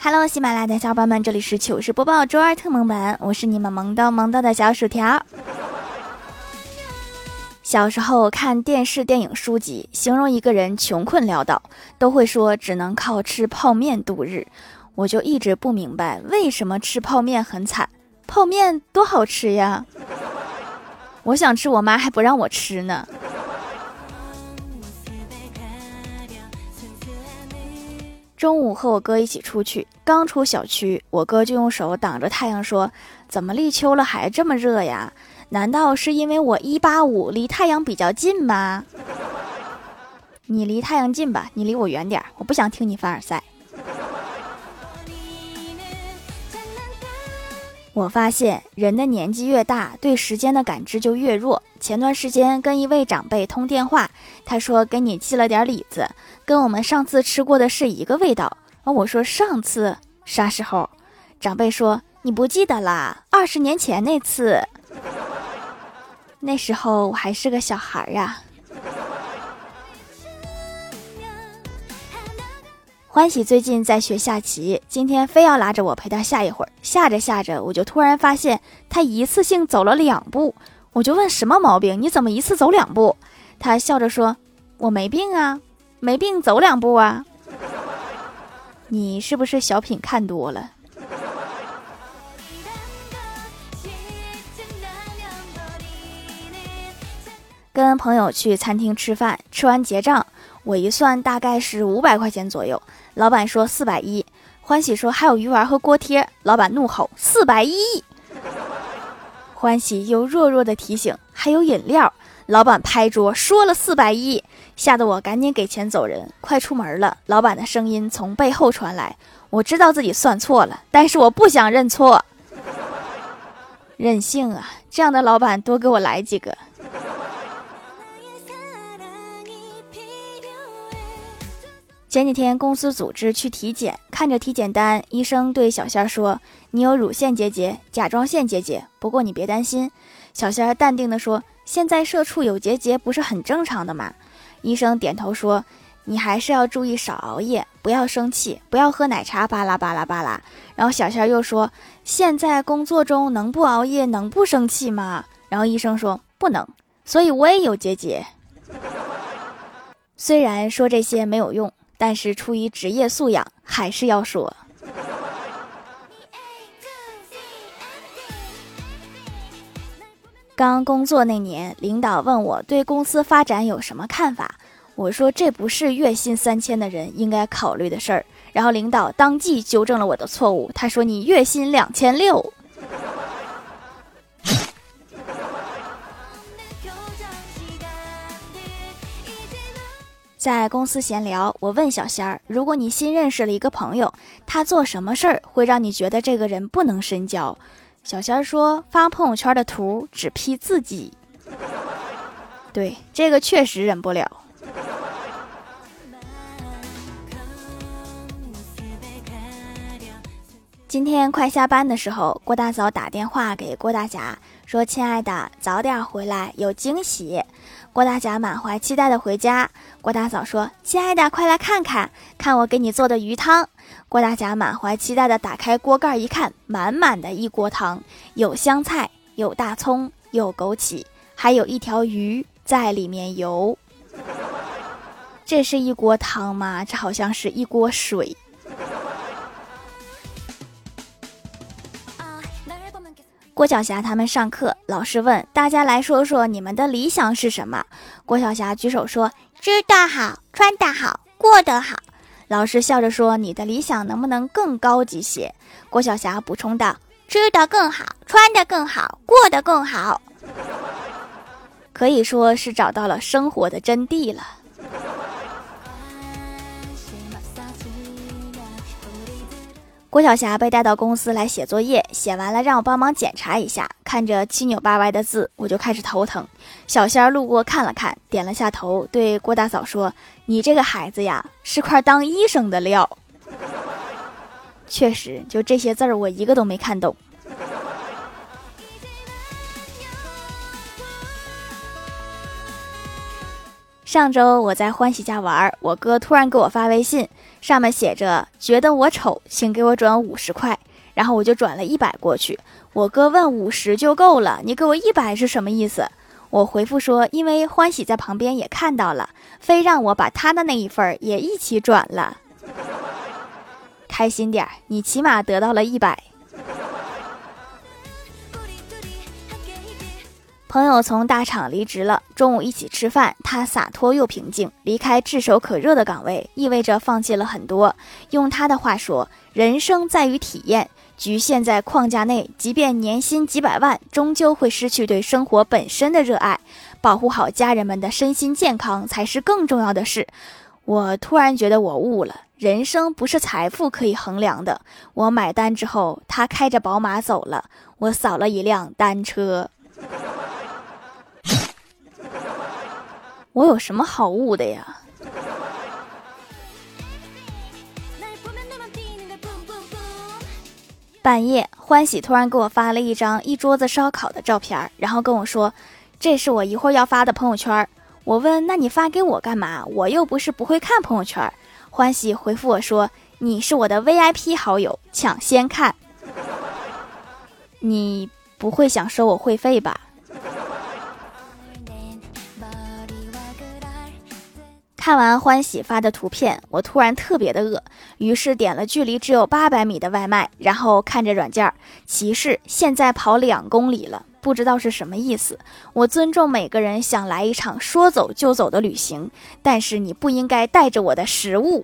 Hello， 喜马拉雅的小伙伴们，这里是糗事播报周二特萌版，我是你们萌到的小薯条。小时候看电视电影书籍，形容一个人穷困潦倒，都会说只能靠吃泡面度日。我就一直不明白，为什么吃泡面很惨？泡面多好吃呀！我想吃，我妈还不让我吃呢。中午和我哥一起出去，刚出小区，我哥就用手挡着太阳说：“怎么立秋了还这么热呀？难道是因为我185离太阳比较近吗？”你离太阳近吧，你离我远点，我不想听你凡尔赛。我发现人的年纪越大，对时间的感知就越弱。前段时间跟一位长辈通电话，他说给你寄了点李子，跟我们上次吃过的是一个味道。我说上次啥时候？长辈说你不记得啦，20年前那次。那时候我还是个小孩呀。欢喜最近在学下棋，今天非要拉着我陪他下一会儿，下着下着我就突然发现他一次性走了2步，我就问什么毛病，你怎么一次走2步？他笑着说我没病啊，没病走2步啊。你是不是小品看多了？跟朋友去餐厅吃饭，吃完结账，我一算大概是500块钱左右，老板说410，欢喜说还有鱼丸和锅贴，老板怒吼410，欢喜又弱弱的提醒还有饮料，老板拍桌说了410，吓得我赶紧给钱走人。快出门了，老板的声音从背后传来，我知道自己算错了，但是我不想认错。任性啊，这样的老板多给我来几个。前几天公司组织去体检，看着体检单，医生对小仙儿说，你有乳腺结节、甲状腺结节，不过你别担心。小仙儿淡定地说，现在社畜有结节不是很正常的吗？医生点头说，你还是要注意少熬夜，不要生气，不要喝奶茶，巴拉巴拉巴拉。然后小仙儿又说，现在工作中能不熬夜能不生气吗？然后医生说不能，所以我也有结节。虽然说这些没有用，但是出于职业素养还是要说。刚工作那年，领导问我对公司发展有什么看法，我说这不是月薪3000的人应该考虑的事儿。然后领导当即纠正了我的错误，他说你月薪2600。在公司闲聊，我问小仙儿，如果你新认识了一个朋友，他做什么事儿会让你觉得这个人不能深交？小仙儿说，发朋友圈的图只 P 自己。对，这个确实忍不了。今天快下班的时候，郭大嫂打电话给郭大侠说，亲爱的，早点回来，有惊喜。郭大侠满怀期待的回家，郭大嫂说，亲爱的，快来看看，看我给你做的鱼汤。郭大侠满怀期待的打开锅盖一看，满满的一锅汤，有香菜，有大葱，有枸杞，还有一条鱼在里面游。这是一锅汤吗？这好像是一锅水。郭晓霞他们上课，老师问大家来说说你们的理想是什么。郭晓霞举手说，吃得好，穿得好，过得好。老师笑着说，你的理想能不能更高级些？郭晓霞补充道，吃得更好，穿得更好，过得更好。可以说是找到了生活的真谛了。郭晓霞被带到公司来写作业，写完了让我帮忙检查一下，看着七扭八歪的字，我就开始头疼。小仙儿路过看了看，点了下头，对郭大嫂说，你这个孩子呀，是块当医生的料。确实，就这些字儿我一个都没看懂。上周我在欢喜家玩，我哥突然给我发微信上面写着觉得我丑请给我转50块，然后我就转了100过去。我哥问50就够了，你给我100是什么意思？我回复说因为欢喜在旁边也看到了，非让我把他的那一份也一起转了。开心点，你起码得到了100。朋友从大厂离职了，中午一起吃饭，他洒脱又平静。离开炙手可热的岗位，意味着放弃了很多。用他的话说，人生在于体验，局限在框架内，即便年薪几百万，终究会失去对生活本身的热爱。保护好家人们的身心健康才是更重要的事。我突然觉得我悟了，人生不是财富可以衡量的。我买单之后，他开着宝马走了，我扫了一辆单车。我有什么好悟的呀？半夜，欢喜突然给我发了一张一桌子烧烤的照片，然后跟我说，这是我一会儿要发的朋友圈。我问，那你发给我干嘛？我又不是不会看朋友圈。欢喜回复我说，你是我的 VIP 好友，抢先看。你不会想收我会费吧？看完欢喜发的图片，我突然特别的饿，于是点了距离只有800米的外卖，然后看着软件提示现在跑2公里了，不知道是什么意思。我尊重每个人想来一场说走就走的旅行，但是你不应该带着我的食物。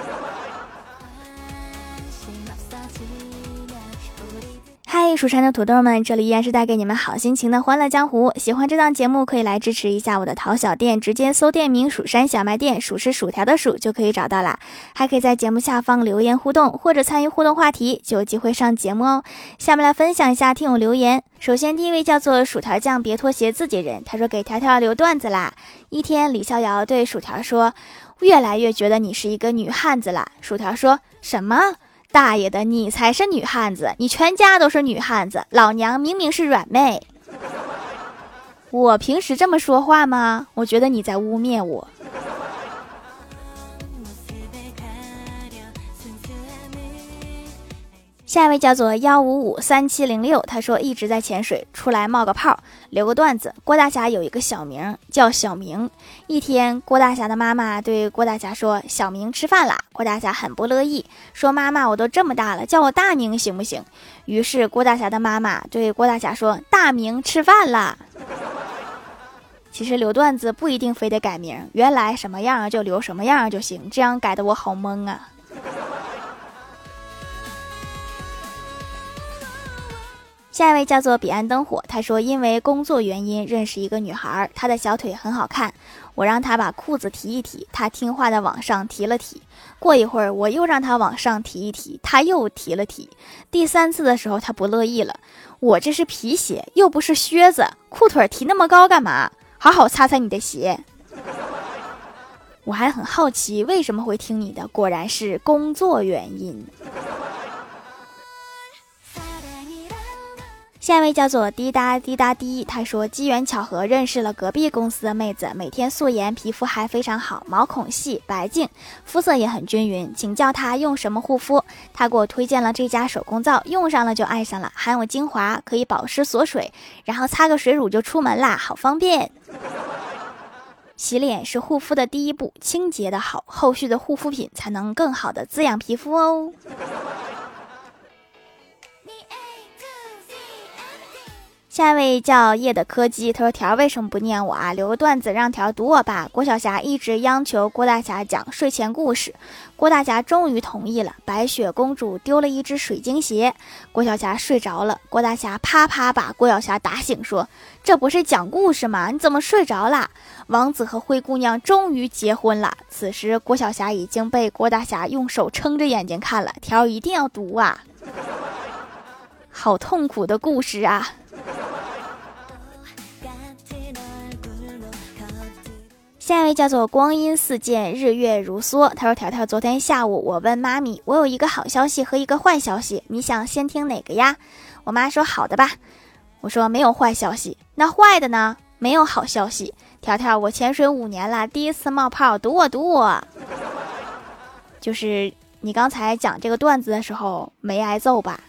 嗨，蜀山的土豆们，这里依然是带给你们好心情的欢乐江湖。喜欢这档节目可以来支持一下我的淘小店，直接搜店名蜀山小卖店，数是薯条的数就可以找到啦。还可以在节目下方留言互动，或者参与互动话题，就有机会上节目哦。下面来分享一下听友留言。首先第一位叫做薯条酱别拖鞋自己人，他说给条条留段子啦。一天李逍遥对薯条说，越来越觉得你是一个女汉子啦。薯条说，什么？大爷的，你才是女汉子，你全家都是女汉子，老娘明明是软妹。我平时这么说话吗？我觉得你在污蔑我。下一位叫做1553706，他说一直在潜水，出来冒个泡，留个段子。郭大侠有一个小名叫小明。一天，郭大侠的妈妈对郭大侠说，小明吃饭啦。郭大侠很不乐意，说妈妈，我都这么大了，叫我大明行不行？于是郭大侠的妈妈对郭大侠说，大明吃饭啦。其实留段子不一定非得改名，原来什么样就留什么样就行，这样改得我好懵啊。下一位叫做彼岸灯火，他说因为工作原因认识一个女孩，她的小腿很好看，我让她把裤子提一提，她听话的往上提了提。过一会儿我又让她往上提一提，她又提了提。第3次的时候她不乐意了，我这是皮鞋又不是靴子，裤腿提那么高干嘛？好好擦擦你的鞋。我还很好奇为什么会听你的，果然是工作原因。下一位叫做滴答滴答滴，他说机缘巧合认识了隔壁公司的妹子，每天素颜，皮肤还非常好，毛孔细白净，肤色也很均匀，请教她用什么护肤，她给我推荐了这家手工皂，用上了就爱上了，含有精华，可以保湿锁水，然后擦个水乳就出门啦，好方便。洗脸是护肤的第一步，清洁的好，后续的护肤品才能更好的滋养皮肤哦。下一位叫叶的柯基，他说条为什么不念我啊？留个段子让条读我吧。郭晓霞一直央求郭大侠讲睡前故事，郭大侠终于同意了。白雪公主丢了一只水晶鞋，郭晓霞睡着了，郭大侠啪啪把郭晓霞打醒，说这不是讲故事吗？你怎么睡着啦？王子和灰姑娘终于结婚了。此时郭晓霞已经被郭大侠用手撑着眼睛看了，条一定要读啊，好痛苦的故事啊。下一位叫做光阴似箭，日月如梭，他说条条昨天下午我问妈咪，我有一个好消息和一个坏消息，你想先听哪个呀？我妈说好的吧。我说没有坏消息。那坏的呢？没有好消息。条条我潜水5年了，第一次冒泡，读我。 就是你刚才讲这个段子的时候没挨揍吧？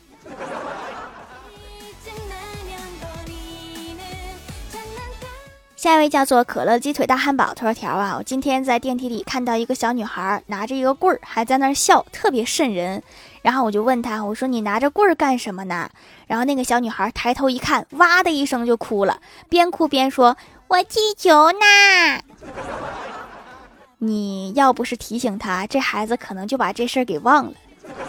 下一位叫做可乐鸡腿大汉堡，他说条啊，我今天在电梯里看到一个小女孩拿着一个棍儿还在那儿笑，特别瘆人。然后我就问她，我说你拿着棍儿干什么呢？然后那个小女孩抬头一看，哇的一声就哭了，边哭边说，我踢球呢。你要不是提醒她，这孩子可能就把这事儿给忘了。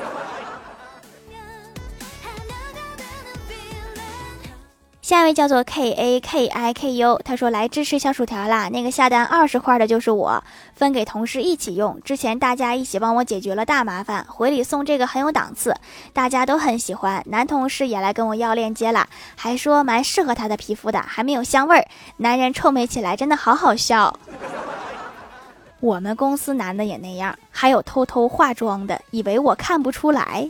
下一位叫做 KAKIKU， 他说来支持小薯条啦，那个下单20块的就是我，分给同事一起用，之前大家一起帮我解决了大麻烦，回礼送这个很有档次，大家都很喜欢，男同事也来跟我要链接了，还说蛮适合他的皮肤的，还没有香味儿，男人臭美起来真的好好笑。我们公司男的也那样，还有偷偷化妆的，以为我看不出来。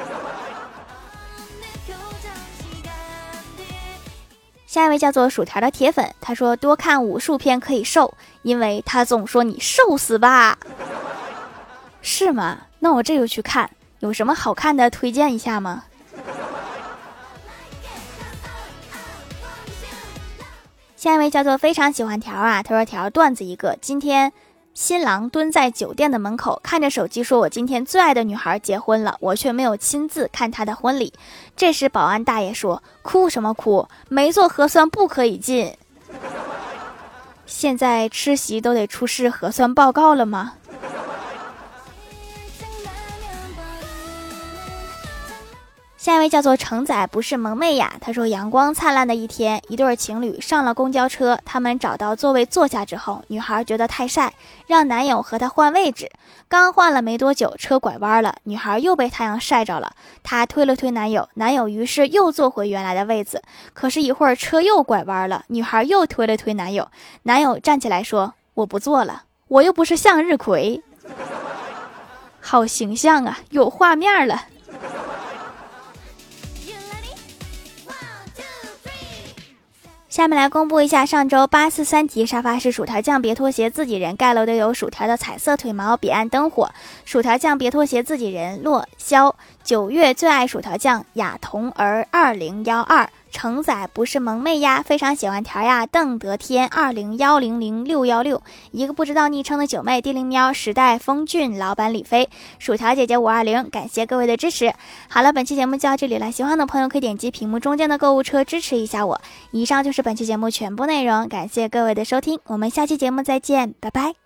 下一位叫做薯条的铁粉，他说多看武术片可以瘦，因为他总说你瘦死吧。是吗？那我这就去看，有什么好看的推荐一下吗？下一位叫做非常喜欢条啊，他说条段子一个，今天新郎蹲在酒店的门口，看着手机说我今天最爱的女孩结婚了，我却没有亲自看她的婚礼。这时保安大爷说，哭什么哭，没做核酸不可以进。现在吃席都得出示核酸报告了吗？下一位叫做程仔不是萌妹呀，他说阳光灿烂的一天，一对情侣上了公交车，他们找到座位坐下之后，女孩觉得太晒，让男友和她换位置，刚换了没多久，车拐弯了，女孩又被太阳晒着了，她推了推男友，男友于是又坐回原来的位子，可是一会儿车又拐弯了，女孩又推了推男友，男友站起来说，我不坐了，我又不是向日葵。好形象啊，有画面了。下面来公布一下上周843级沙发是薯条酱别拖鞋自己人，盖楼的有薯条的彩色腿毛彼岸灯火，薯条酱别拖鞋自己人洛霄，9月最爱薯条酱雅童儿2012，程仔不是萌妹呀，非常喜欢条呀，邓德天201000616，一个不知道昵称的九妹，地灵喵，时代风俊，老板李飞，薯条姐姐520，感谢各位的支持。好了，本期节目就到这里了，喜欢的朋友可以点击屏幕中间的购物车支持一下我。以上就是本期节目全部内容，感谢各位的收听，我们下期节目再见，拜拜。